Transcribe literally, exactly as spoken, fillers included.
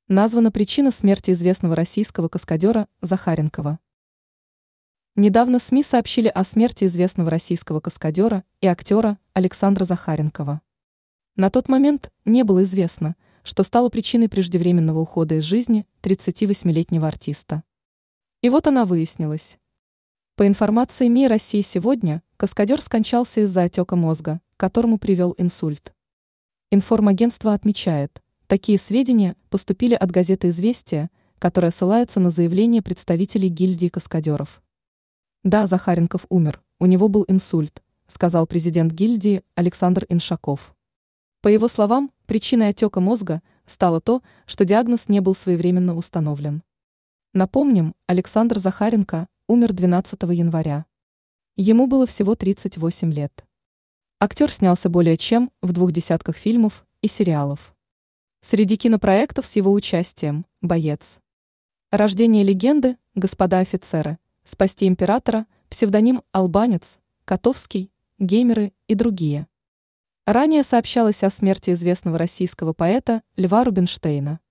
Названа причина смерти известного российского каскадера Захаренкова. Недавно СМИ сообщили о смерти известного российского каскадера и актера Александра Захаренкова. На тот момент не было известно, что стало причиной преждевременного ухода из жизни тридцативосьмилетнего артиста. И вот она выяснилась. По информации МИ «России сегодня», каскадер скончался из-за отека мозга, к которому привел инсульт. Информагентство отмечает, такие сведения поступили от газеты «Известия», которая ссылается на заявление представителей гильдии каскадеров. Да, Захаренков умер, у него был инсульт, сказал президент гильдии Александр Иншаков. По его словам, причиной отека мозга стало то, что диагноз не был своевременно установлен. Напомним, Александр Захаренко умер двенадцатого января. Ему было всего тридцать восемь лет. Актер снялся более чем в двух десятках фильмов и сериалов. Среди кинопроектов с его участием «Боец», «Рождение легенды», «Господа офицеры», «Спасти императора», псевдоним «Албанец», «Котовский», «Геймеры» и другие. Ранее сообщалось о смерти известного российского поэта Льва Рубинштейна.